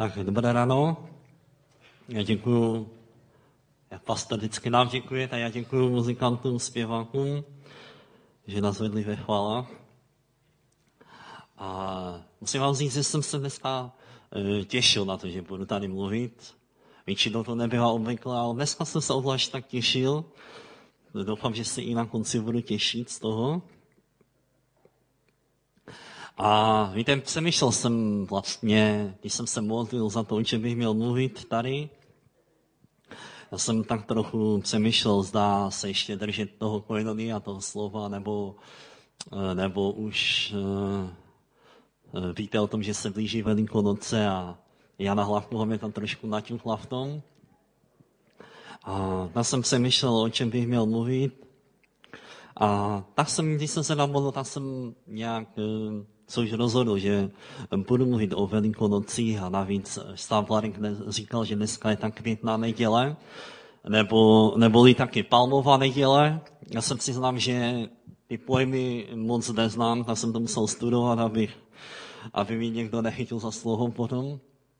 Tak dobré ráno. Já děkuju, jak pastor vždycky nám děkuje, tak já děkuju muzikantům, zpěvákům, že nás vedli ve chválách. A musím vám říct, že jsem se dneska těšil na to, že budu tady mluvit. Většinou to nebyla obvyklé, ale dneska jsem se obzvlášť tak těšil. Doufám, že se i na konci budu těšit z toho. A víte, přemýšlel jsem vlastně, když jsem se modlil za to, o čem bych měl mluvit tady, já jsem tak trochu přemýšlel, zda se ještě držet toho koinonia, toho slova, nebo už víte o tom, že se blíží Velikonoce a Jana Hlavková mě tam trošku naťukla v tom. A tak jsem přemýšlel, o čem bych měl mluvit. A tak jsem, když jsem se namodlil, tak jsem nějak což rozhodl, že budu mluvit o Velikonocích a navíc Stav Vlarik říkal, že dneska je tak květná neděle, neboli taky palmová neděle. Já se přiznám, že ty pojmy moc neznám, tak jsem to musel studovat, aby mi někdo nechytil za slovo potom.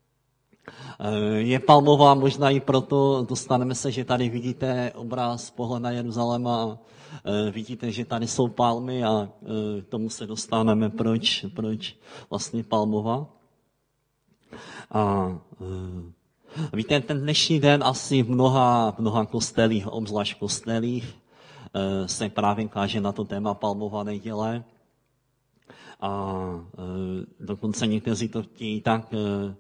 Je palmová možná i proto, dostaneme se, že tady vidíte obraz pohled na Jeruzaléma, vidíte, že tady jsou palmy a k tomu se dostaneme, proč vlastně palmová. A víte, ten dnešní den asi v mnoha kostelích, obzvlášť kostelích, se právě káže na to téma palmová neděle. A dokonce někteří to chtějí tak,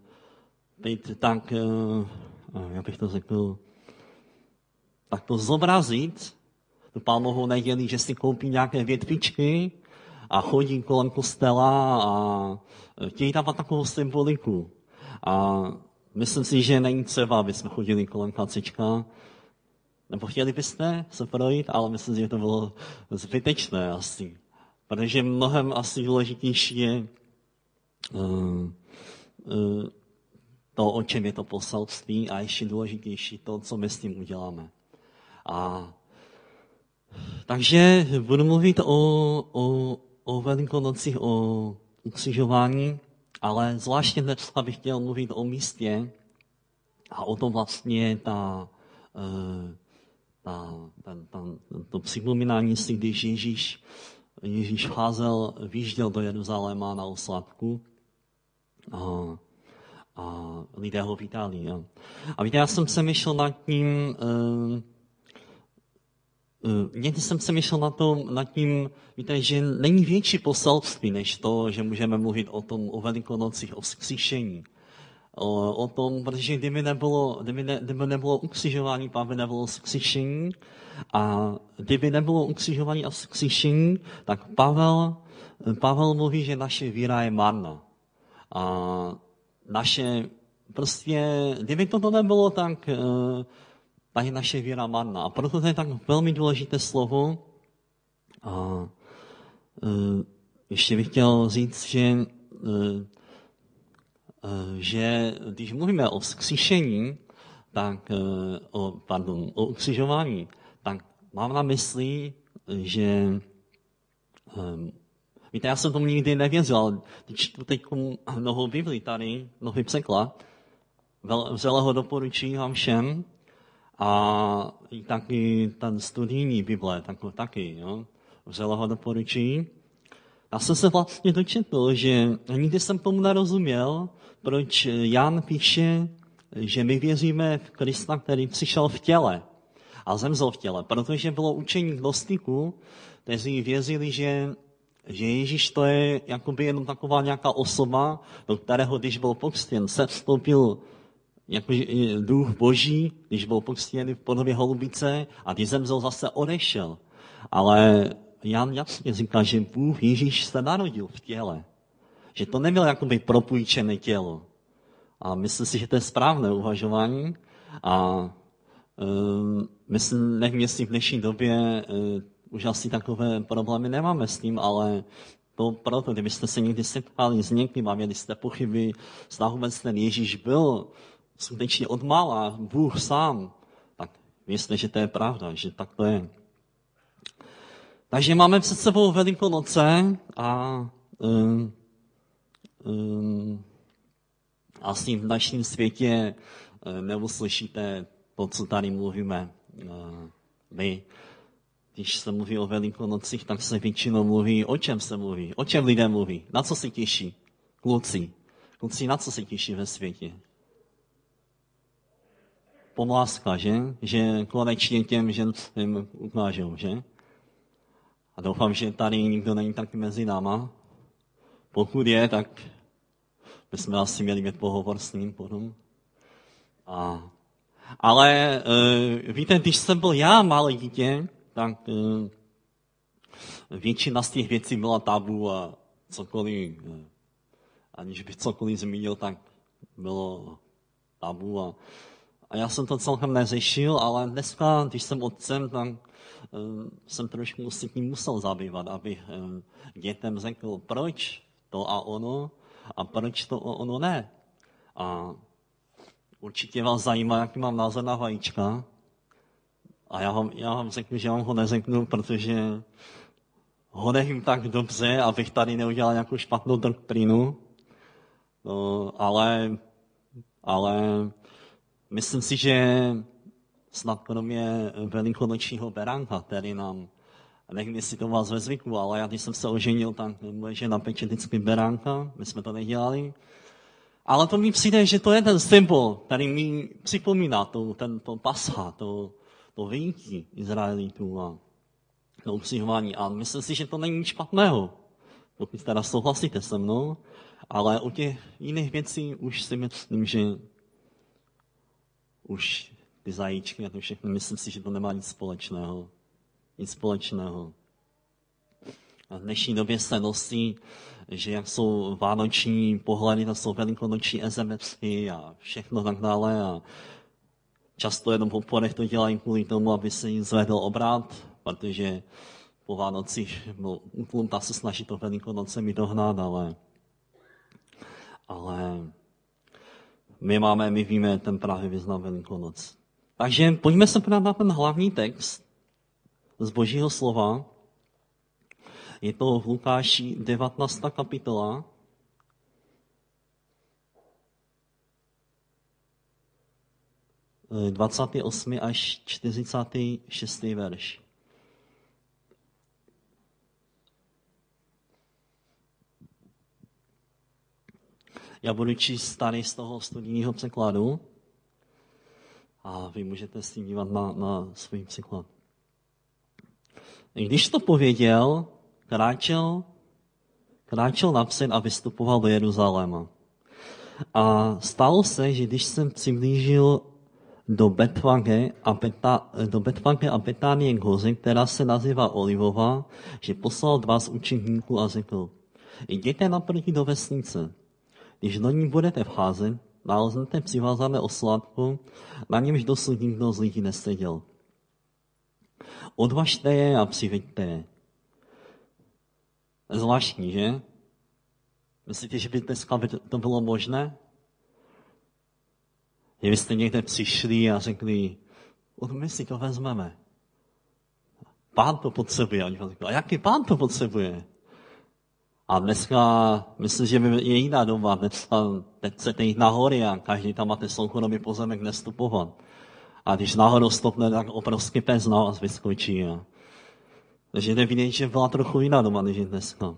já bych to řekl, tak to zobrazit, tu palmovou neděli, že si koupí nějaké větvičky a chodí kolem kostela a chtějí dávat takovou symboliku. A myslím si, že není třeba, aby jsme chodili kolem kacečka. Nebo chtěli byste se projít, ale myslím si, že to bylo zbytečné asi. Protože mnohem asi důležitější je to, o čem je to poselství, a ještě důležitější to, co my s tím uděláme. Takže budu mluvit o Velikonocích, o ukřižování, ale zvláště dneska bych chtěl mluvit o místě a o tom vlastně to připomínání si, když Ježíš vyjížděl do Jeruzaléma na oslavku a lidé ho vítali. Ja. A víte, já jsem přemýšlel nad tím, někdy jsem přemýšlel nad tím, víte, že není větší poselství, než to, že můžeme mluvit o Velikonocích, o vzkříšení. O tom, protože kdyby nebylo ukřižování, pak by nebylo vzkříšení. A kdyby nebylo ukřižování a vzkříšení, tak Pavel mluví, že naše víra je marná. A kdyby toto nebylo, tak je naše víra marná. A proto to je tak velmi důležité slovo. A ještě bych chtěl říct, že když mluvíme o vzkříšení, o ukřižování, tak mám na mysli, že víte, já jsem tomu nikdy nevěřil, ale když čtu teď novou Bibli tady, nový překlad, vřele doporučuji vám všem, a i taky ten studijní Bible, taky, jo, vřele doporučuji. Já jsem se vlastně dočetl, že nikdy jsem tomu nerozuměl, proč Jan píše, že my věříme v Krista, který přišel v těle a zemřel v těle, protože bylo učení gnostiků, kteří věřili, že Ježíš to je jakoby jenom taková nějaká osoba, do kterého, když byl pokřtěn, se vstoupil jako duch Boží, když byl pokřtěn v podobě holubice, a když zemřel, zase odešel. Ale Jan jasně říká, že Bůh Ježíš se narodil v těle. Že to nebylo jakoby propůjčené tělo. A myslím si, že to je správné uvažování. A nevím, jestli v dnešní době už asi takové problémy nemáme s tím, ale to proto, kdybyste se někdy setkali s někým a měli jste pochyby, zda vůbec ten Ježíš byl skutečně odmála Bůh sám, tak věřte, že to je pravda, že tak to je. Takže máme před sebou Velikonoce a Asi v dnešním světě neuslyšíte to, co tady mluvíme my. Když se mluví o Velikonocích, tak se většinou mluví, o čem se mluví, o čem lidé mluví, na co se těší. Kluci, na co se těší ve světě? Pomláska, že? Že konečně těm ženským ukážou, že? A doufám, že tady nikdo není taky mezi náma. Pokud je, tak bychom asi měli mít pohovor s ním potom. Ale víte, když jsem byl já malé dítě, tak většina z těch věcí byla tabu a cokoliv, aniž bych cokoliv zmínil, tak bylo tabu. A já jsem to celkem neřešil, ale dneska, když jsem otcem, tak jsem trošku se tím musel zabývat, abych dětem řekl, proč to a ono a proč to a ono ne. A určitě vás zajímá, jaký mám názor na vajíčka. A já vám řeknu, že vám ho neřeknu, protože ho nevím tak dobře, abych tady neudělal nějakou špatnou doktrínu. No, ale myslím si, že snad kromě velikonočního beránka, který nám, nevím, jestli to vás ve zvyku, ale já, když jsem se oženil, tak moje žena peče vždycky beránka, my jsme to nedělali. Ale to mi přijde, že to je ten symbol, který mi připomíná to Pascha, to vyjítí Izraelitů a to ukřižování. A myslím si, že to není nic špatného, pokud teda souhlasíte se mnou, ale u těch jiných věcí už si myslím, že už ty zajíčky a to všechno, myslím si, že to nemá nic společného. Nic společného. A v dnešní době se nosí, že jak jsou vánoční pohledy, tak jsou velikonoční SMSky a všechno tak dále. A často jenom po porech to dělají kvůli tomu, aby se jim zvedl obrat, protože po Vánocích útlumta se snaží to Velikonoce mi dohnat, ale my víme ten právě význam Velikonoc. Takže pojďme se podívat na ten hlavní text z Božího slova. Je to v Lukáši 19. kapitola. – 28. až 46. verš. Já budu číst tady z toho studijního překladu a vy můžete si dívat na svůj překlad. Když to pověděl, kráčel napřed a vystupoval do Jeruzaléma. A stalo se, že když jsem přiblížil do Betfage a Betánie k hoře, která se nazývá Olivová, že poslal 2 z učeníků a řekl, jděte naproti do vesnice. Když do ní budete vcházet, naleznete přivázané oslátko, na němž dosud nikdo z lidí neseděl. Odvažte je a přiveďte je. Zvláštní, že? Myslíte, že by dneska to bylo možné? Že byste někde přišli a řekli, my si to vezmeme. Pán to potřebuje. A jaký pán to potřebuje? A dneska, myslím, že je jiná doba. Teď chcete jít nahory a každý tam máte soukromý pozemek nestupovat. A když nahoru stopne, tak obrovský pes na vás vyskočí. Takže jde vidět, že byla trochu jiná doba, než je dneska.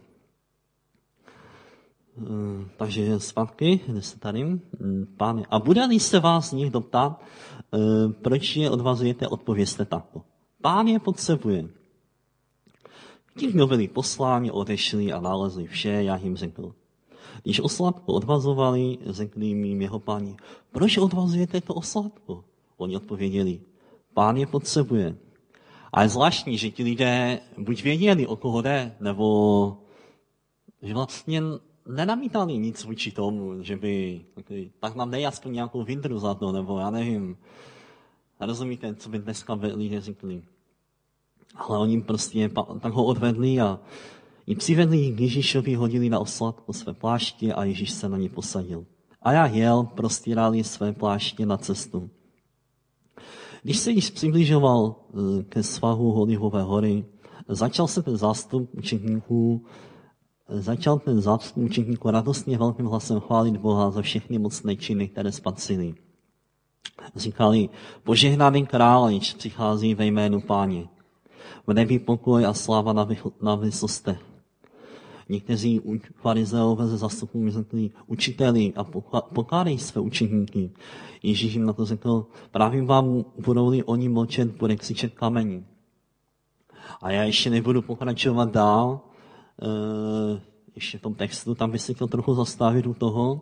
Takže zpátky, kde se tady? Páne. A bude-li se vás někdo ptát, proč je odvazujete, odpovězte takto. Pán je potřebuje. Ti, kdo byli posláni, odešli a nalezli vše, jak jim řekl. Když oslátko odvazovali, řekli jim jeho páni, proč odvazujete to oslátko? Oni odpověděli, pán je potřebuje. A je zvláštní, že ti lidé buď věděli, o koho jde, nebo že vlastně nenamítali nic vůči tomu, že by, tak nám dej aspoň nějakou vindru za to, nebo já nevím. A rozumíte, co by dneska lidé řekli. Ale oni prostě tak ho odvedli a i přivedli k Ježíšovi, hodili na oslátko své pláště a Ježíš se na ně posadil. A jak jel, prostírali své pláště na cestu. Když se již přibližoval ke svahu Olivové hory, začal se ten zástup učeníků začal ten zástup učeníků radostně velkým hlasem chválit Boha za všechny mocné činy, které spatřili. Říkali, požehnaný král, již přichází ve jménu Páně. V nebi pokoj a sláva na vysostech. Někteří farizeové ze zastupů řekli, učiteli, a pokárej své učeníky. Ježíš jim na to řekl, právě vám budou-li oni mlčet, bude křičet kamení. A já ještě nebudu pokračovat dál, ještě v tom textu, tam bych se chtěl trochu zastavit u toho.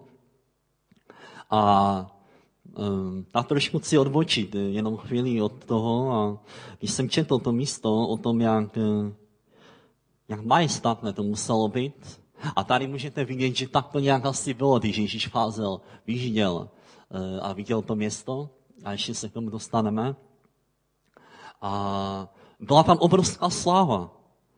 A já trošku chci odbočit, jenom chvíli od toho. A když jsem četl to místo o tom, jak majestátné to muselo být, a tady můžete vidět, že tak to nějak asi bylo, když Ježíš vcházel, vyjížděl a viděl to město, a ještě se k tomu dostaneme. A byla tam obrovská sláva.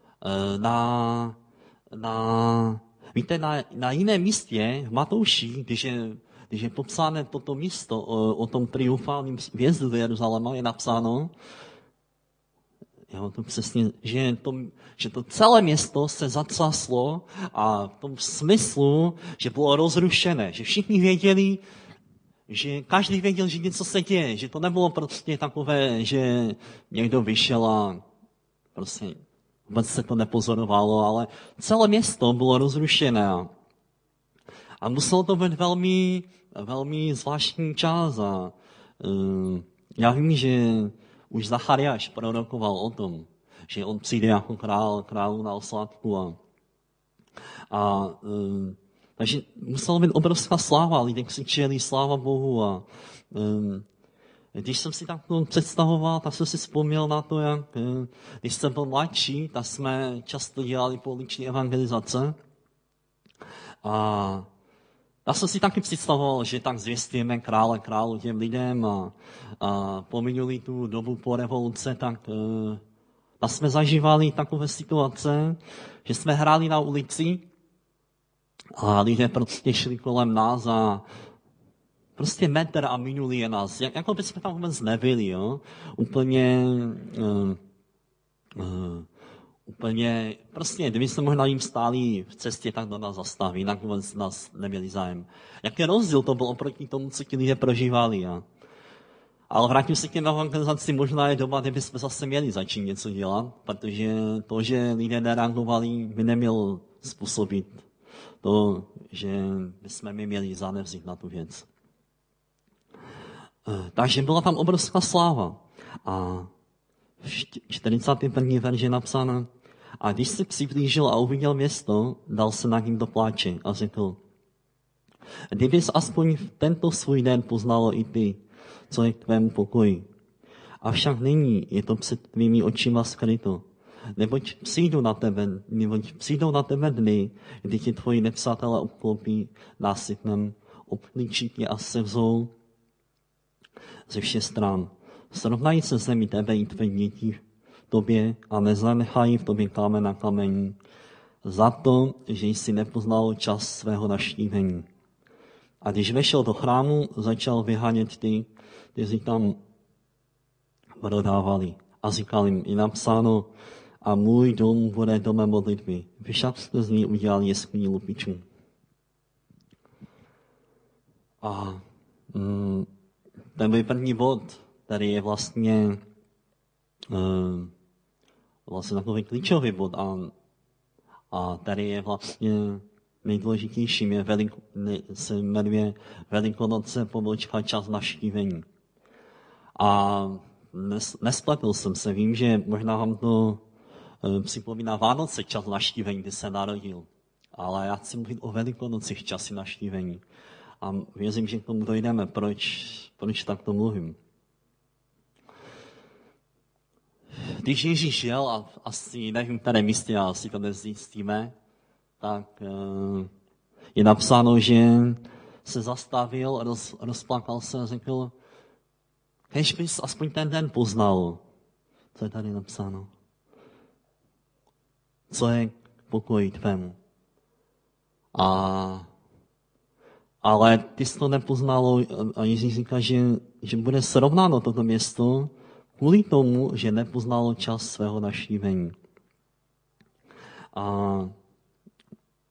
Víte, na jiném místě v Matouši, když je popsáno toto místo o tom triumfálním vjezdu do Jeruzaléma, je napsáno, jo, to přesně, že to celé město se zatraslo a v tom smyslu, že bylo rozrušené, že všichni věděli, že každý věděl, že něco se děje, že to nebylo prostě takové, že někdo vyšel a prostě vůbec se to nepozorovalo, ale celé město bylo rozrušené. A muselo to být velmi, velmi zvláštní čas. A já vím, že už Zachariáš prorokoval o tom, že on přijde jako král na oslátku. Takže musela být obrovská sláva, lidé křičeli sláva Bohu. A když jsem si tak to představoval, tak jsem si vzpomněl na to, jak když jsem byl mladší, tak jsme často dělali pouliční evangelizace. A já jsem si taky představoval, že tak zvěstujeme králu těm lidem a po minulý tu dobu po revoluce, tak jsme zažívali takové situace, že jsme hráli na ulici a lidé prostě šli kolem nás a prostě metr a minuli je nás. Jako bychom tam vůbec nebyli, jo? Úplně, prostě, kdyby jsme možná jim stáli v cestě, tak do nás zastaví, jinak vůbec nás neměli zájem. Jaký rozdíl to byl oproti tomu, co ti lidé prožívali, jo? Ale vrátím se k těm evangelizaci, možná je doba, kdyby jsme zase měli začít něco dělat, protože to, že lidé nereagovali, by neměl způsobit to, že bychom měli zanevřít na tu věc. Takže byla tam obrovská sláva. A v 41. verši je napsáno, a když se přiblížil a uviděl město, dal se nad ním do pláče a řekl, kdybys aspoň v tento svůj den poznalo i ty, co je k tvému pokoji. Avšak nyní je to před tvými očima skryto. Neboť přijdou na tebe dny, kdy ti tvoji nepřátelé obklopí násypnem, obklíčí tě a sevřou ze všech stran. Srovnají se zemi tebe i tvé děti v tobě a nezanechají v tobě kámen na kamení, za to, že jsi nepoznal čas svého navštívení. A když vešel do chrámu, začal vyhánět ty, kteří tam prodávali. A říkal jim, je napsáno, a můj dům bude domem modlitby. Vy však jste z ní udělali jeskyni lupičů. A ten byl první bod, který je vlastně takový klíčový bod a tady je vlastně nejdůležitějším, se jmenuje Velikonoce, pomlčka čas navštívení. A nespletl jsem se, vím, že možná vám to připomíná Vánoce, čas navštívení, kdy se narodil. Ale já chci mluvit o Velikonocích, časy navštívení. A věřím, že k tomu dojdeme, proč tak to mluvím. Když Ježíš jel, a asi nevím, které místě, a asi to nezjistíme, tak je napsáno, že se zastavil, rozplakal se a řekl, kež bys aspoň ten den poznal. Co je tady napsáno? Co je pokoj tvému? Ale ty jsi to nepoznalo a Ježíš říká, že bude srovnáno toto město kvůli tomu, že nepoznalo čas svého navštívení. A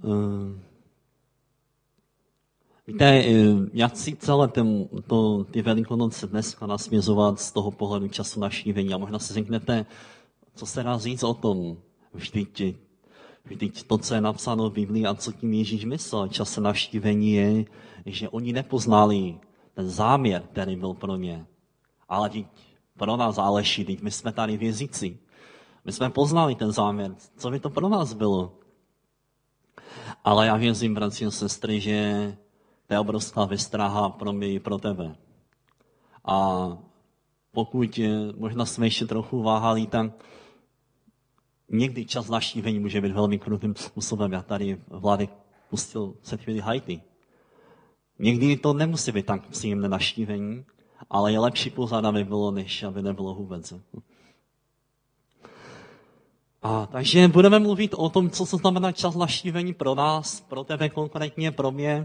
Víte, já chci celé ty Velikonoce dneska nasměřovat z toho pohledu času navštívení. A možná si řeknete, co se dá říct o tom. Vždyť to, co je napsáno v Biblii a co tím Ježíš myslel, čas navštívení je, že oni nepoznali ten záměr, který byl pro ně. Ale pro nás Aleši, teď my jsme tady věřící. My jsme poznali ten záměr, co by to pro nás bylo. Ale já věřím, bratři a sestry, že to je obrovská vystraha pro mě i pro tebe. A pokud možná jsme ještě trochu váhali, tak někdy čas navštívení může být velmi krutým způsobem. Já tady Vládek pustil před chvíli Haiti. Někdy to nemusí být tak příjemné navštívení, ale je lepší pořád, aby bylo, než aby nebylo vůbec. Takže budeme mluvit o tom, co znamená čas navštívení pro nás, pro tebe konkrétně, pro mě.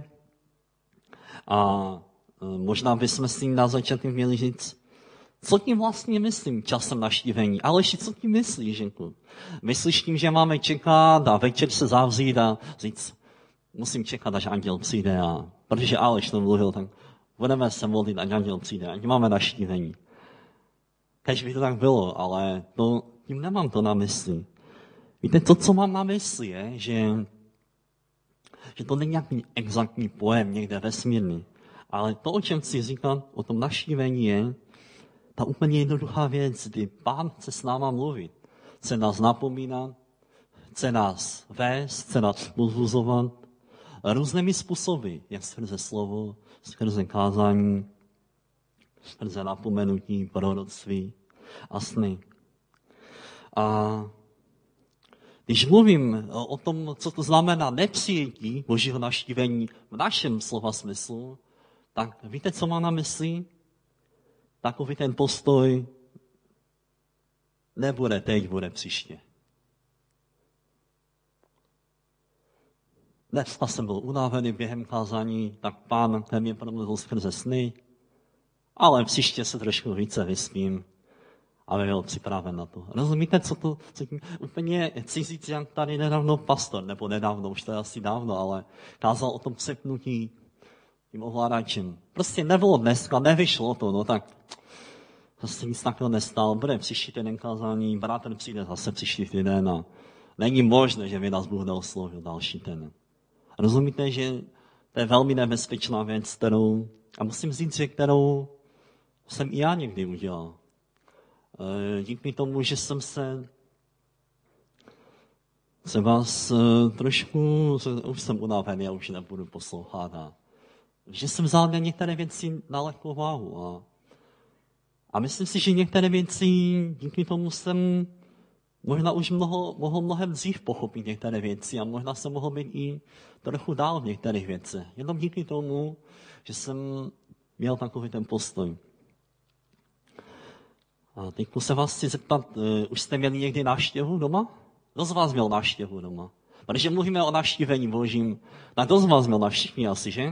A možná bychom si na začátku měli říct, co tím vlastně myslím časem navštívení. Aleši, co tím myslíš, Ženku? Myslíš tím, že máme čekat a večer se zavřít a říct, musím čekat, až anděl přijde. A protože Aleš to mluvil, tak budeme se modlit, až anděl přijde. Ať máme navštívení. Kež by to tak bylo, ale tím nemám to na mysli. Víte, to, co mám na mysli, je, že to není nějaký exaktní pojem někde vesmírný. Ale to, o čem chci říkat, o tom navštívení je ta úplně jednoduchá věc, kdy Pán chce s náma mluvit. Chce nás napomínat, chce nás vést, chce nás povzbuzovat různými způsoby, jak skrze slovo, skrze kázání, skrze napomenutí, proroctví a sny. A když mluvím o tom, co to znamená nepřijetí Božího navštívení v našem slova smyslu, tak víte, co má na mysli? Takový ten postoj nebude teď, bude příště. Dneska jsem byl unavený během kázání, tak Pán ke mně promluvil skrze sny, ale příště se trošku více vyspím, aby byl připraven na to. Rozumíte, co tím úplně cizí, jak tady nedávno pastor, nebo nedávno, už to je asi dávno, ale kázal o tom přepnutí tím ovládačem. Prostě nebylo dneska, nevyšlo to, no tak zase nic takového nestalo, bude příští týden kázání, bratr přijde zase příští týden a není možné, že by nás Bůh neoslovil další týden. Rozumíte, že to je velmi nebezpečná věc, a musím říct, že kterou jsem i já někdy udělal. Díky tomu, že jsem se vás trošku, už jsem unavený, já už nebudu poslouchat. Že jsem vzal některé věci na lehkou váhu. A myslím si, že některé věci, díky tomu jsem možná už mohl mnohem dřív pochopit některé věci a možná jsem mohl být i trochu dál v některých věcech. Jenom díky tomu, že jsem měl takový ten postoj. A teď se vás chci zeptat, už jste měli někdy návštěvu doma? Kdo z vás měl návštěvu doma? Protože mluvíme o navštívení Božím, tak kdo z vás měl návštěvní asi, že?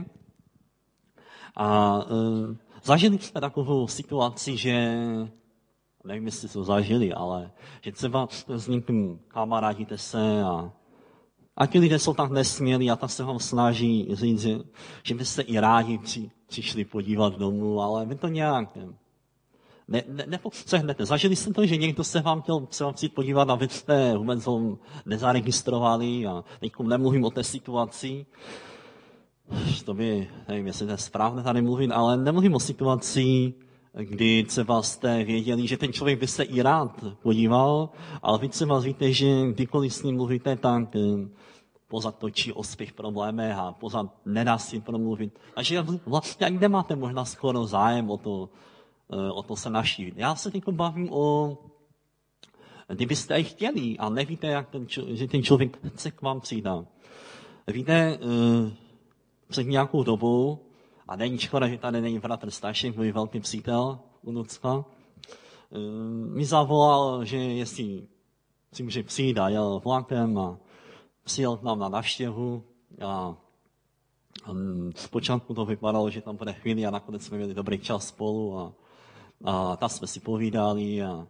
A zažili jsme takovou situaci, že, nevím, jestli to zažili, ale že třeba s někým kamarádíte se a ti lidé jsou tak nesmělí a tak se vám snaží říct, že byste i rádi přišli podívat domů, ale vy to nějak nepostřehnete. Zažili jste to, že někdo se vám chtěl přijít podívat a vy jste vůbec ho nezaregistrovali a teď nemluvím o té situaci. To by, nevím, jestli to je správné tady mluvit, ale nemluvím o situaci, kdy třeba jste věděli, že ten člověk by se i rád podíval, ale vy třeba víte, že kdykoliv s ním mluvíte, tak pořád točí o svých problémech a pořád nedá si promluvit. Takže vlastně ani nemáte možná skoro zájem o to se navštívit. Já se teď bavím kdybyste i chtěli a nevíte, že ten člověk chce k vám přijít. Víte, před nějakou dobou, a není škoda, že tady není bratr Stašek, můj velký přítel u Lucka, mi zavolal, že jestli si může přijít a jel vlakem a přijel k nám na návštěvu a zpočátku to vypadalo, že tam bude chvíli a nakonec jsme měli dobrý čas spolu a tam jsme si povídali a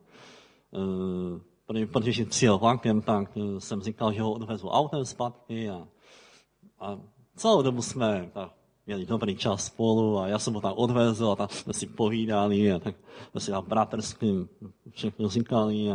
protože přijel vlakem, tak jsem říkal, že ho odvezu autem zpátky a A celou dobu jsme tak měli dobrý čas spolu a já jsem ho tam odvezl a tak jsme si povídali a tak jsme si tam bratrsky všechno říkali.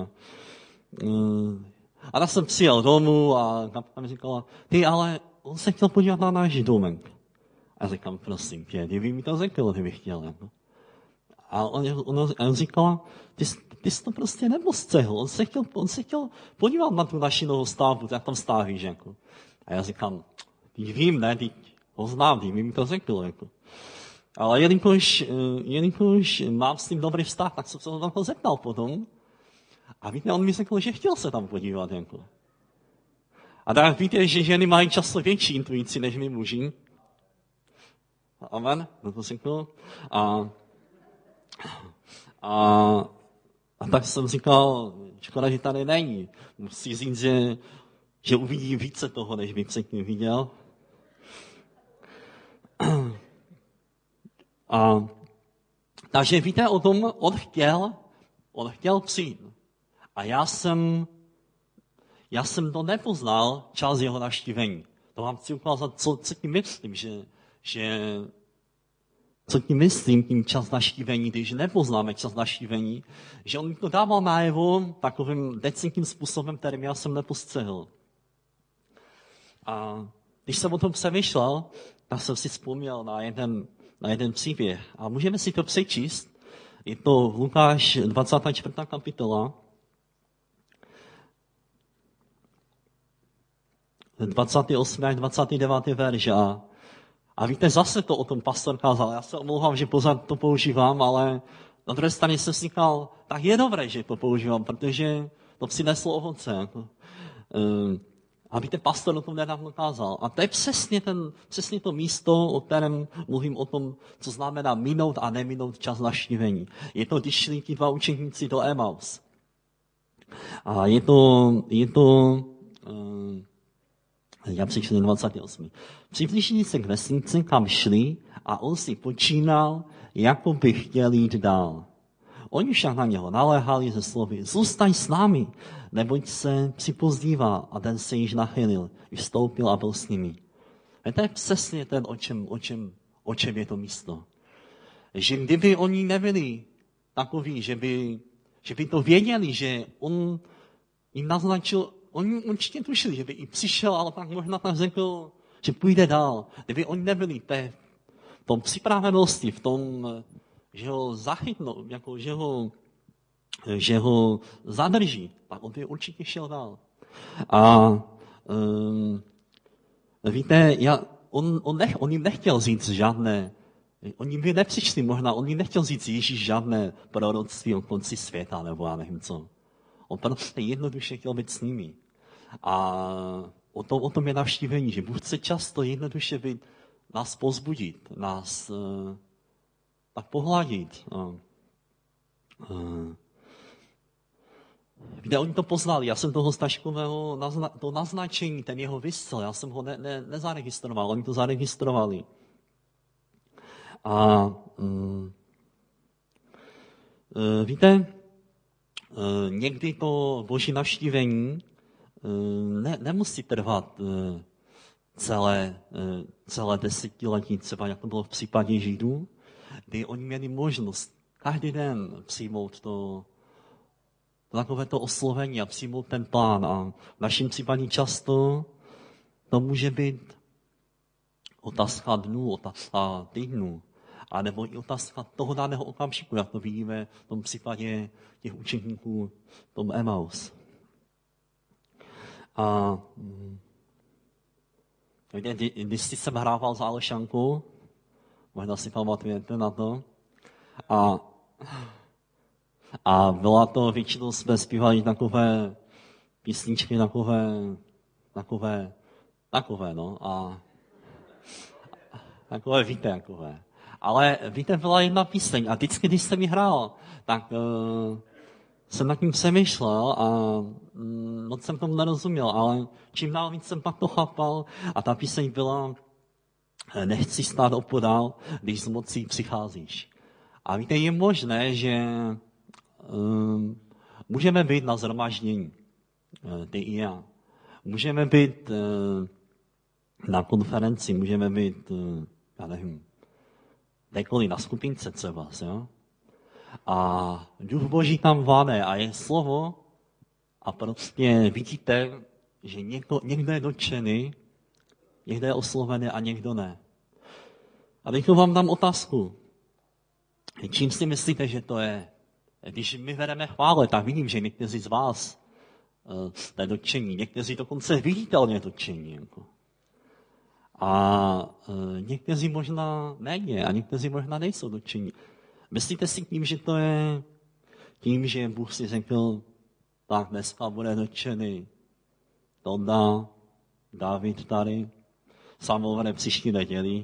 A tak jsem přijel domů a tam mi říkala, ty, ale on se chtěl podívat na náš domek. A já říkám, prosím tě, kdyby mi to řekl, kdyby chtěl. Jako. A on říkala, ty jsi to prostě nepostřehl. On se chtěl podívat na tu naši novou stavbu, jak tam stavíš. Jako. A já říkám, teď vím, ne, teď ho znám, teď mi to řekl. Jako. Ale jelikož mám s tím dobrý vztah, tak jsem se ho tam zeptal potom. A víte, on mi řekl, že chtěl se tam podívat. Jako. A tak víte, že ženy mají často větší intuici než my muži. Amen, to řekl. A tak jsem říkal, škoda, že tady není. Musí říct, že uvidí více toho, než bych předtím viděl. Takže víte o tom, on chtěl přijít. A já jsem to nepoznal čas jeho navštívení. To vám chci ukázat, co tím myslím, co tím myslím, tím čas navštívení, když nepoznáme čas navštívení, že on to dával najevo takovým decentním způsobem, kterým já jsem nepostřehl. A když jsem o tom přemýšlel, tak jsem si vzpomněl na jeden příběh. A můžeme si to přečíst. Je to Lukáš 24. kapitola. 28. až 29. verš. A víte, zase to o tom pastor kázal. Já se omlouvám, že pořád to používám, ale na druhé straně jsem si říkal, tak je dobré, že to používám, protože to přineslo ovoce. A víte, pastor o tom nedávno kázal. A to je přesně to místo, o kterém mluvím o tom, co znamená minout a neminout čas navštívení. Je to, když šli ti dva učeníci do Emaus. A já přečtu 28. Přiblížili se k vesnici, kam šli, a on si počínal, jako by chtěl jít dál. Oni však na něho naléhali ze slovy, zůstaň s námi, neboť se připozdívá, a den se již nachylil, vstoupil a byl s nimi. A to je přesně ten, o čem je to místo. Že kdyby oni nebyli takoví, že by to věděli, že on jim naznačil, oni určitě tušili, že by i přišel, ale tak možná tak řekl, že půjde dál. Kdyby oni nebyli v tom připravenosti, v tom, že ho zachytnou, jako že ho zadrží, tak on by určitě šel dál. A víte, on jim nechtěl říct žádné, oni by nepřišli možná, on jim nechtěl říct Ježíš žádné proroctví o konci světa, nebo já nevím co. On prostě jednoduše chtěl být s nimi. A o tom je navštívení, že Bůh chce často jednoduše být, nás povzbudit, nás tak pohladit. Víte, oni to poznali, já jsem toho Staškového to naznačení, ten jeho vysel, já jsem ho nezaregistroval, oni to zaregistrovali. A víte, někdy to boží navštívení nemusí trvat celé desetiletí, třeba jak to bylo v případě Židů, kdy oni měli možnost každý den přijmout takovéto oslovení a přijmout ten plán. A v našem případě často to může být otázka dnů, otázka týdnů, anebo i otázka toho daného okamžiku, jak to vidíme v tom případě těch učeníků tom Emaus. A když jsem hrával za Alešanku, možná si pamatujete na to, a byla to, většinou jsme zpívali takové písničky, takové, no, a takové, víte, takové. Ale víte, byla jedna píseň a vždycky, když jsem ji hrál, tak jsem nad tím přemýšlel a moc jsem tomu nerozuměl, ale čím dál víc jsem pak to chápal a ta píseň byla nechci stát opodál, když z mocí přicházíš. A víte, je možné, že můžeme být na shromáždění, ty i já. Můžeme být na konferenci, můžeme být, já nevím, kdekoliv na skupince třeba, jo? A Duch Boží tam vládne a je slovo a prostě vidíte, že někdo je dotčený, někdo je oslovený a někdo ne. A teď vám dám otázku. Čím si myslíte, že to je? Když my vedeme chvále, tak vidím, že někteří z vás jste dotčení, někteří dokonce viditelně dotčení. Jako. A někteří možná méně a někteří možná nejsou dotčení. Myslíte si tím, že to je tím, že Bůh si řekl, tak dneska bude dotčený Tonda, David tady, Samuel příští neděli.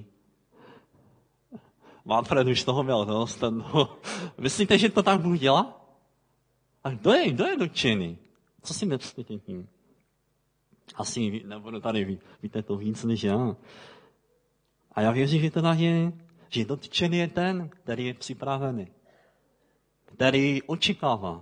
Manfred už toho měl dost. Myslíte, že to tak Bůh dělá? A kdo je dotčený? Co si myslíte tím? Asi nebudu tady, víte to víc než já. A já věřím, že to tak je, že dotčený je ten, který je připravený, který očekává.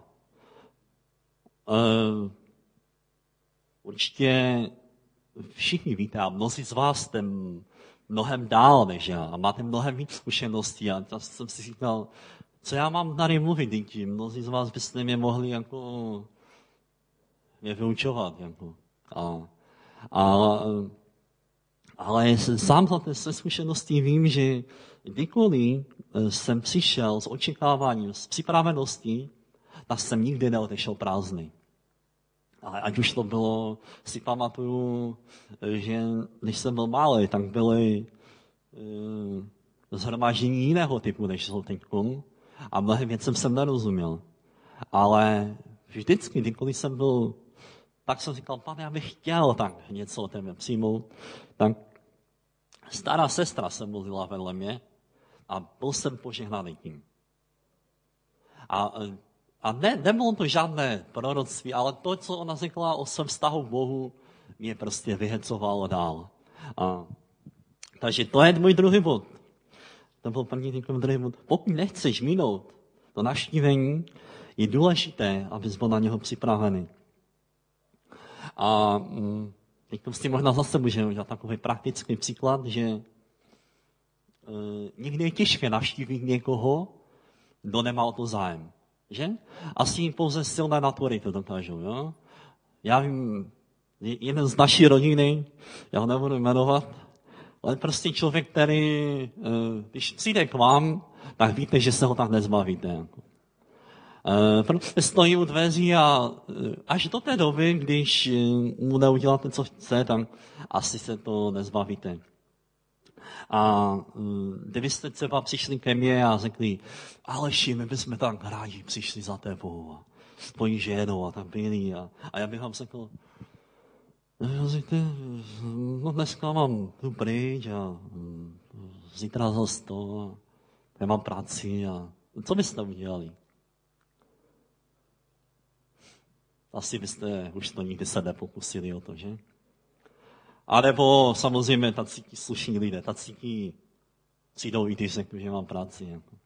Určitě všichni víte, a mnozí z vás jste mnohem dál než já a máte mnohem víc zkušeností. A já jsem si říkal, co já mám tady mluvit, děti? Mnozí z vás byste mě mohli jako mě vyučovat. Jako. Ale sám ze zkušeností vím, že kdykoliv jsem přišel s očekáváním, s připraveností, tak jsem nikdy neodešel prázdný. Ale ať už to bylo, si pamatuju, že když jsem byl malý, tak byly shromáždění jiného typu, než jsou teďkom. A mnohým věcem jsem nerozuměl. Ale vždycky, kdykoliv jsem byl, tak jsem říkal, pane, já bych chtěl tak něco o tebe přijmout. Tak stará sestra se mluvila vedle mě a byl jsem požehnaný tím. A nebylo to žádné proroctví, ale to, co ona řekla o svém vztahu k Bohu, mě prostě vyhecovalo dál. Takže to je můj druhý bod. To byl první druhý bod. Pokud nechceš minout to navštívení, je důležité, abys byl na něho připravený. A teď si možná zase můžeme udělat takový praktický příklad, že někdy je těžké navštívit někoho, kdo nemá o to zájem. Že? Asi pouze silné natury to dokážou. Jo? Já vím, jeden z naší rodiny, já ho nebudu jmenovat, ale prostě člověk, který, když přijde k vám, tak víte, že se ho tak nezbavíte. Protože stojí u dveří a až do té doby, když mu neuděláte, co chce, tak asi se to nezbavíte. A kdybyste třeba přišli ke mně a řekli, Aleši, my bychom tak rádi přišli za tebou a s tvojí ženou a tam byli. A já bych vám řekl, no dneska mám tu pryč a zítra zase to a já mám práci a co byste udělali? Asi byste už to nikdy se nepokusili o to, že? A nebo samozřejmě tací slušní lidé, tací přijdou i když řeknu, že mám práci. Jako.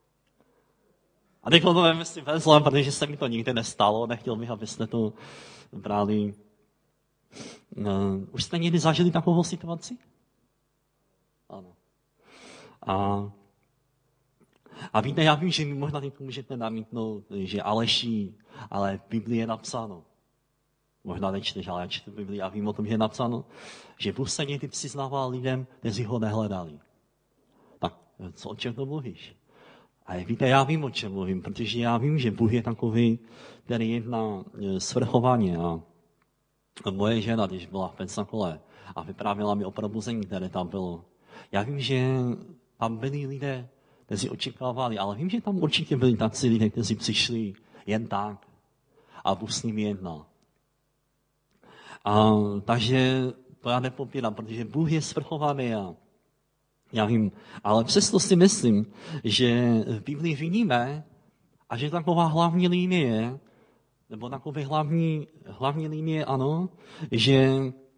A teď to nevím, jestli vezlem, protože se mi to nikdy nestalo, nechtěl bych, abyste to brali. Už jste někdy zažili takovou situaci? Ano. A víte, já vím, že mi možná teď můžete namítnout, že Aleši, ale v Biblii je napsáno. Možná nečteš, ale já čtu Biblii a vím o tom, že je napsáno, že Bůh se někdy přiznával lidem, kteří ho nehledali. Tak, o čem to mluvíš? A víte, já vím, o čem mluvím, protože já vím, že Bůh je takový, který jedná svrchovaně. A moje žena, když byla v Pensakole a vyprávěla mi o probuzení, které tam bylo, já vím, že tam byli lidé, kteří očekávali, ale vím, že tam určitě byli tací lidé, kteří přišli jen tak a Bůh s nimi jednal. Takže to já nepopírám, protože Bůh je svrchovaný a já vím, ale přesto si myslím, že v Biblii vidíme a že taková hlavní linie, nebo takový hlavní linie, ano, že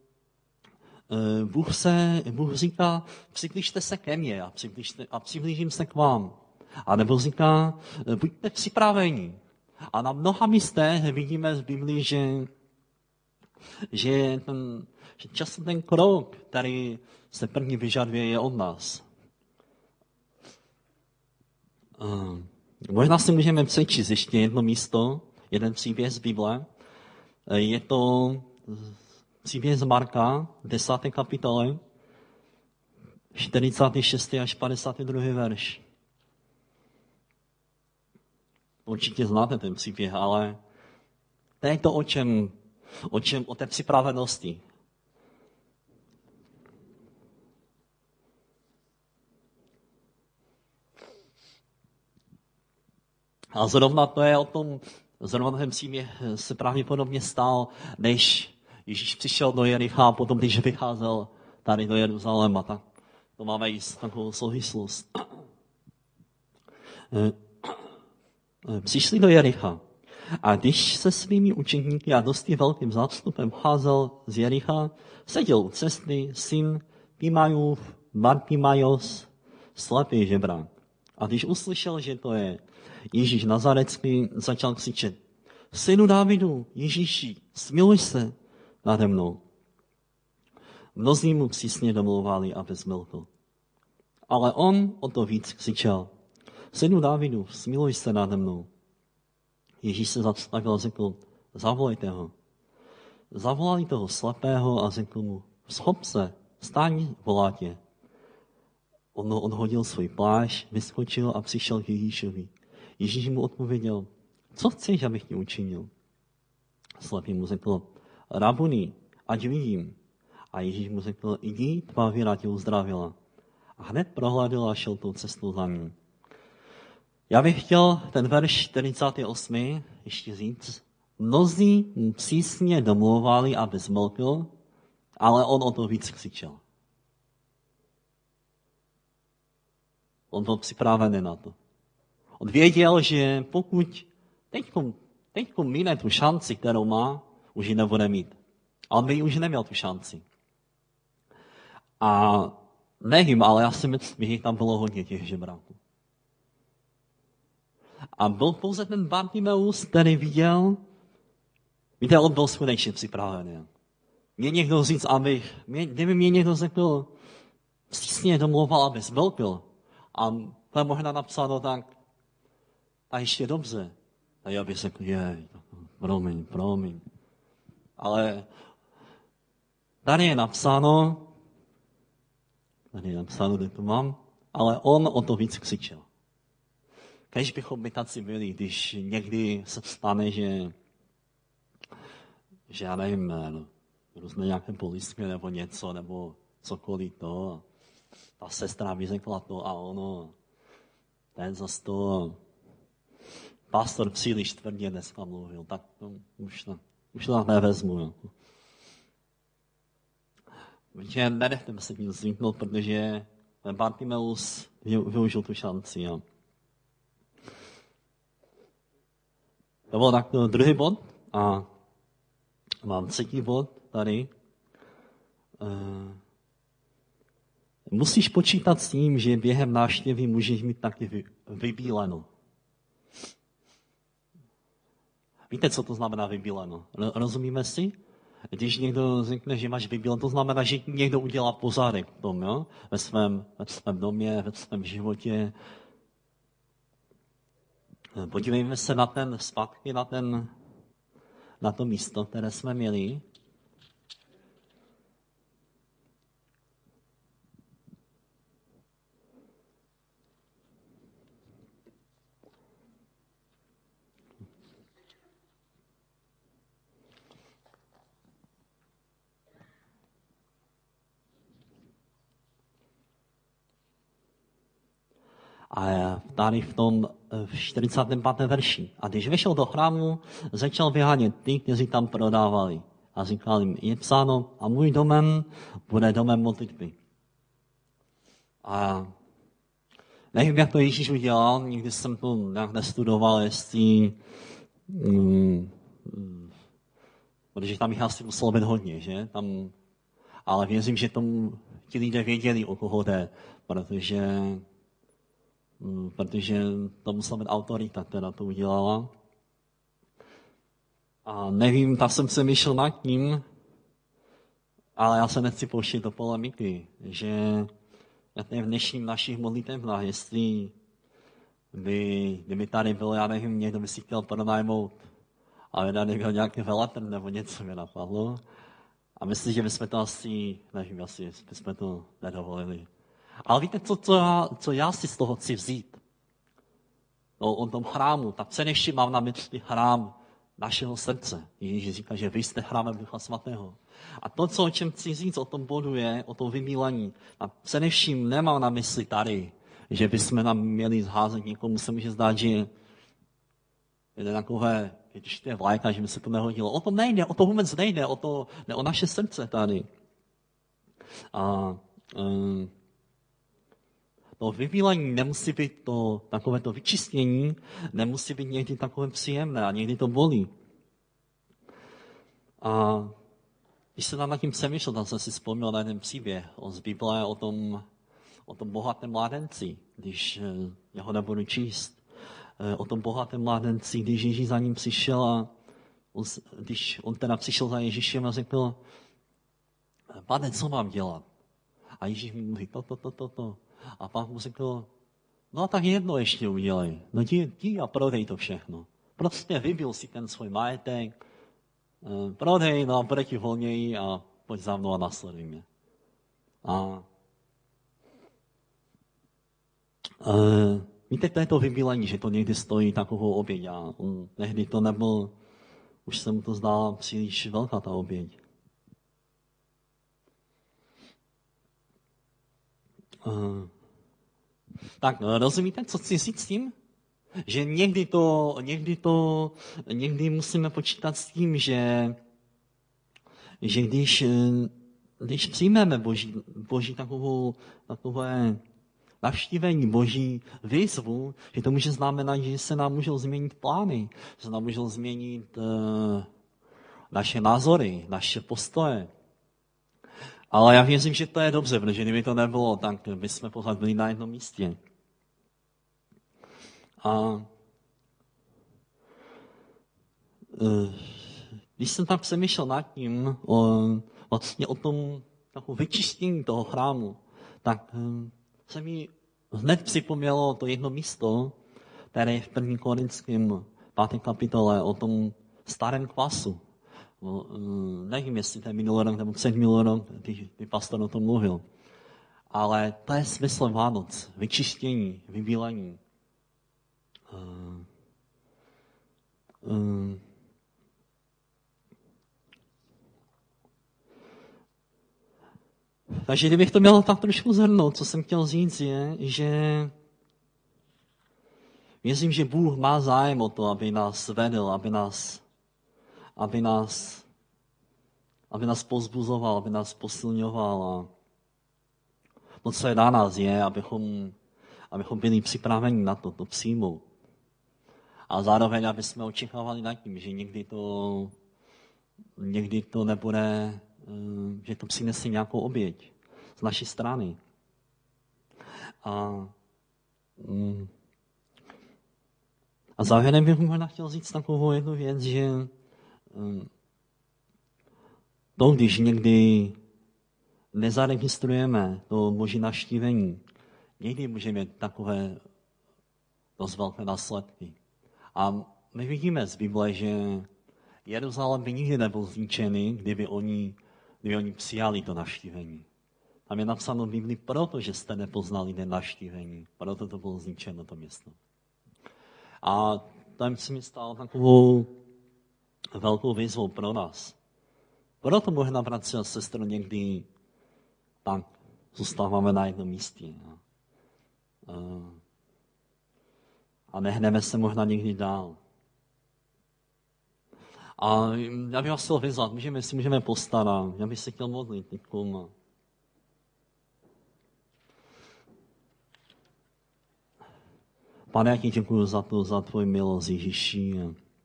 Bůh říká, přiblížte se ke mně a přiblížím se k vám. A nebo říká, buďte připraveni. A na mnoha místech vidíme z Biblii, že že často ten krok, který se první vyžaduje, je od nás. Možná si můžeme přečíst ještě jedno místo, jeden příběh z Bible. Je to příběh z Marka, 10. kapitole, 46. až 52. verš. Určitě znáte ten příběh, ale to je to, o té připravenosti. A zrovna to je o tom, zrovna ten příběh se pravděpodobně stal, než Ježíš přišel do Jericha a potom, když vycházel tady do Jeruzaléma, tak to máme i takovou souvislost. Přišli do Jericha a když se svými učeníky a dosti velkým zástupem cházel z Jericha, seděl u cesty syn Timajův, Bartimajos, slepý žebrák. A když uslyšel, že to je Ježíš Nazarecký, začal křičet: Synu Dávidu, Ježíši, smiluj se nade mnou. Mnozí mu přísně domlouvali, aby zmlkl. Ale on o to víc křičel: Synu Dávidu, smiluj se nade mnou. Ježíš se zastavil a řekl: Zavolejte ho. Zavolali toho slepého a řekl mu: Schop se, vstaň, volá tě. On odhodil svůj plášť, vyskočil a přišel k Ježíšovi. Ježíš mu odpověděl: Co chceš, abych ti učinil? Slepý mu řekl: Rabuni, ať vidím. A Ježíš mu řekl: Jdi, tvá víra tě uzdravila. A hned prohlédl a šel tou cestou za ním. Já bych chtěl ten verš 48. ještě říct. Mnozí mu přísně domlouvali, aby zmlkl, ale on o to víc křičel. On byl připravený na to. On věděl, že pokud teď mine tu šanci, kterou má, už ji nebude mít. A on by už neměl tu šanci. A nevím, ale já si myslím, že tam bylo hodně těch žebráků. A byl pouze ten Bartimeus, který viděl, víte, on byl skutečně připravený. Mě někdo říct, kdyby mě někdo řekl, přísně domlouval, aby zvelkl, a to je možná napsáno tak, a ještě dobře. A já bych řekl, promiň. Ale tady je napsáno, kde to mám, ale on o to víc křičel. Kež bychom my taci byli, když někdy se stane, že já nevím, různé nějaké polistky nebo něco, nebo cokoliv to. Ta sestra mi řekla to a ono, ten zase to. Pastor příliš tvrdě dneska mluvil, tak to už to nevezmu. Jo. Takže nenechte se tím zvyknout, protože Bartimeus využil tu šanci. Jo. To byl tak druhý bod a mám třetí bod tady. Musíš počítat s tím, že během návštěvy můžeš mít taky vybíleno. Víte, co to znamená vybíleno? Rozumíme si? Když někdo řekne, že máš vybíleno, to znamená, že někdo udělá pořádek v tom, jo? Ve svém domě, ve svém životě. Podívejme se zpátky na to místo, které jsme měli. A tady v tom 45. verši. A když vyšel do chrámu, začal vyhánět ty, kteří tam prodávali. A říkal jim, je psáno, a můj domem bude domem modlitby. A nevím, jak to Ježíš udělal, nikdy jsem to nějak nestudoval, jestli protože tam jich asi muselo být hodně, že? Ale věřím, že ti lidé věděli, o koho jde, protože to musela být autorita, která to udělala. A nevím, tak jsem se myšel nad tím, Ale já se nechci pouštět do polemiky, že v dnešním našich modlitevnách, jestli kdyby tady byl, já nevím, někdo by si chtěl pronajmout a tady byl nějaký veletrh nebo něco mi napadlo. A myslím, že bychom to asi, nevím, asi bychom to nedovolili. Ale víte, co já si z toho chci vzít? O tom chrámu, tak především mám na mysli chrám našeho srdce. Ježíš říká, že vy jste chrámem Ducha Svatého. A to, o čem chci říct o tom bodu je, o tom vymílení. A především nemám na mysli tady, že bychom nám měli zházet někomu, se může zdát, že je takové, když to je vlajka, že by se to nehodilo. O to nejde, o to vůbec nejde, ne o naše srdce tady. A to vymílení nemusí být takovéto vyčistění, nemusí být někdy takové příjemné a někdy to bolí. A když jsem nad tím přemýšlel, tak jsem si vzpomněl na jeden příběh z Bible o tom bohatém mládenci, když já ho nebudu číst. O tom bohatém mládenci, když Ježíš za ním přišel a když on teda přišel za Ježíšem a řekl, Pane, co mám dělat? A Ježíš mi mluví to. A pán mu řekl, no tak jedno ještě udělej. No jdi a prodej to všechno. Prostě vybil si ten svůj majetek, prodej, no a bude ti volněji a pojď za mnou a nasleduj mě. Víte, to je to vybílení, že to někdy stojí takovou oběť. A tehdy to nebyl, už se mu to zdála příliš velká ta oběť. Tak rozumíte, co chci říct s tím? Že někdy musíme počítat s tím, že když přijmeme boží takové navštívení, boží výzvu, že to může znamenat, že se nám můžou změnit plány, že se nám můžou změnit naše názory, naše postoje. Ale já věřím, že to je dobře, protože kdyby to nebylo, tak bychom pořád byli na jednom místě. A když jsem tak přemýšlel nad tím, vlastně o tom vyčištění toho chrámu, tak se mi hned připomnělo to jedno místo, které je v 1. Korinském 5. kapitole o tom starém kvasu. Nevím, jestli to je minulý rok nebo předminulý rok, když pastor o tom mluvil. Ale to je smysl Vánoc, vyčištění, vybílení. Takže kdybych to měl tak trošku zhrnout, co jsem chtěl říct je, že věřím, že Bůh má zájem o to, aby nás vedl, aby nás povzbuzoval, aby nás posilňoval. A to, co je na nás, je, abychom byli připraveni na to přijmout. A zároveň, aby jsme očekávali nad tím, že někdy to nebude, že to přinese nějakou oběť z naší strany. A závěrem bych možná chtěl říct takovou jednu věc, že to, když někdy nezaregistrujeme to boží navštívení, někdy můžeme mít takové dost velké následky. A my vidíme z Bible, že Jeruzalém by nikdy nebyl zničený, kdyby oni přijali to navštívení. Tam je napsáno v Biblii, protože jste nepoznali den navštívení, proto to bylo zničeno to město. A tam si mi stalo takovou velkou výzvou pro nás. Proto možná, bratři a sestry, někdy tak zůstáváme na jednom místě. A nehneme se možná někdy dál. A já bych vás chtěl vyzvat, můžeme postarat. Já bych se chtěl modlit někomu. Pane, já ti děkuji za tvoji milost, Ježíši.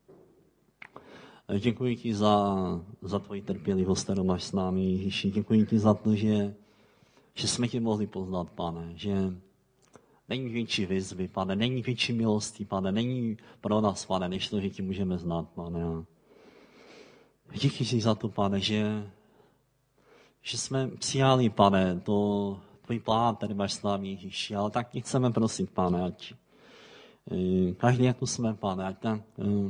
Děkuji ti za tvoji trpělivost, kterou máš s námi, Ježíši. Děkuji ti za to, že jsme tě mohli poznat, Pane, že není větší výzvy, Pane, není větší milosti, Pane, není pro nás, Pane, než to, že ti můžeme znát, Pane. Díky ti za to, Pane, že že jsme přijali, Pane, to tvůj plán, který máš s námi, Ježíši, ale tak ti chceme prosit, Pane, ať každý, jak tu jsme, Pane, ať tak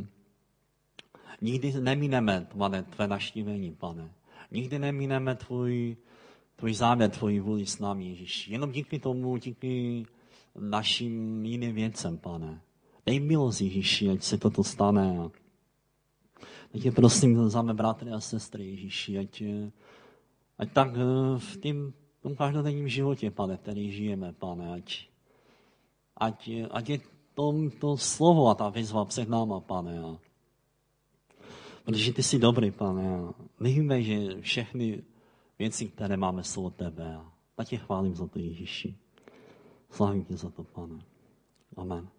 nikdy nemineme, Pane, tvé navštívení, Pane. Nikdy nemineme tvůj záměr, tvoji vůli s námi, Ježíši. Jenom díky tomu, díky našim jiným věcem, Pane. Dej milost, Ježíši, ať se toto stane. Ať tě prosím za mé bratry a sestry, Ježíši, ať tak v tom každodenním životě, Pane, který žijeme, Pane, ať je to slovo a ta výzva před náma, Pane. Protože ty jsi dobrý, Pane. My víme, že všechny věci, které máme, jsou od tebe. A tě chválím za to, Ježíši. Slávím tě za to, Pane. Amen.